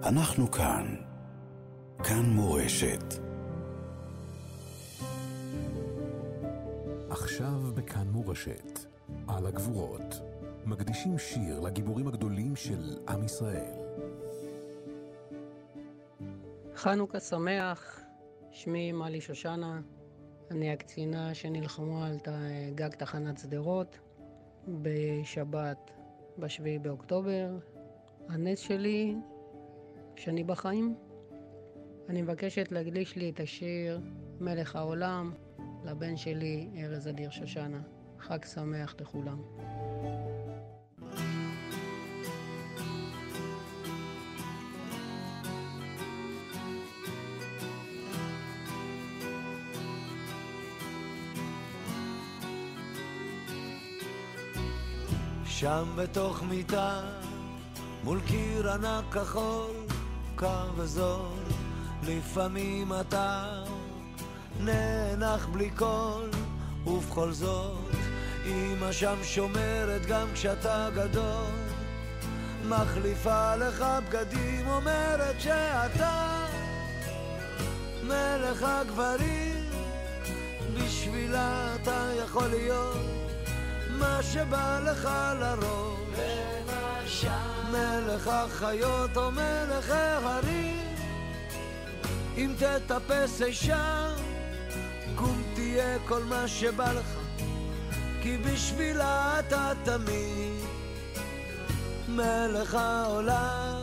אנחנו כאן. כאן מורשת. עכשיו בכאן מורשת. על הגבורות. מקדישים שיר לגיבורים הגדולים של עם ישראל. חנוכה שמח. שמי מלי שושנה. אני הקצינה שנלחמו על גג תחנת שדרות בשבת ב7 באוקטובר. הנס שלי שאני בחיים. אני מבקשת להקדיש לי את השיר מלך העולם לבן שלי ארז אדיר שושנה. חג שמח לכולם. שם בתוך מיטה מול קיר ענק כחול, קר וזול, לפעמים אתה נאנח בלי קול, ובכל זאת אמא שם שומרת גם כשאתה גדול, מחליפה לך בגדים, אומרת שאתה מלך הגברים, בשבילה אתה יכול להיות מה שבא לך לראש, מלך החיות או מלך ההרים. אם תטפס אישה קום תהיה כל מה שבא לך, כי בשבילה אתה תמיד מלך העולם.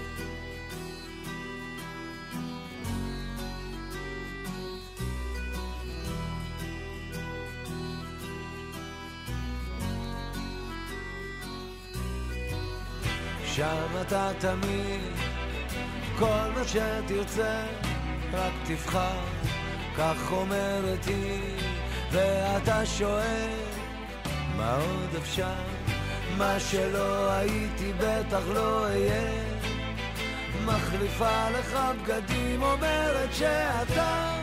שם אתה תמיד, כל מה שתרצה, רק תבחר, כך אומרת היא, ואתה שואל, מה עוד אפשר? מה שלא הייתי בטח לא אהיה, מחליפה לך בגדים, אומרת שאתה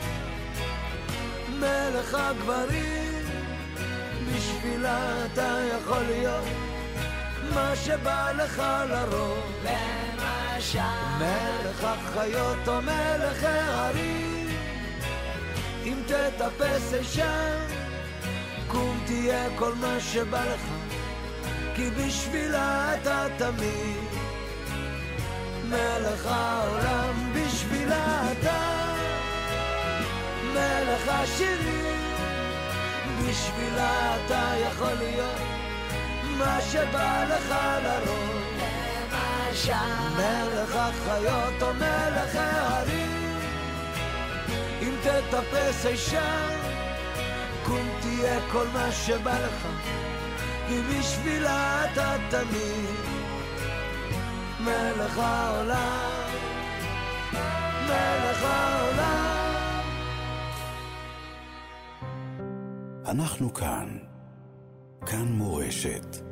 מלך הגברים, בשבילה אתה יכול להיות מה שבא לך לראש, למשל מלך החיות או מלך ההרים. אם תטפס אישה קום תהיה כל מה שבא לך, כי בשבילה אתה תמיד מלך העולם, בשבילה אתה מלך השירים, בשבילה אתה יכול להיות מה שבא לך לראש, למשל מלך החיות או מלך ההרים. אם תטפס אישה קום תהיה כל מה שבא לך, כי בשבילה אתה תמיד מלך העולם, מלך העולם. אנחנו כאן. כאן מורשת.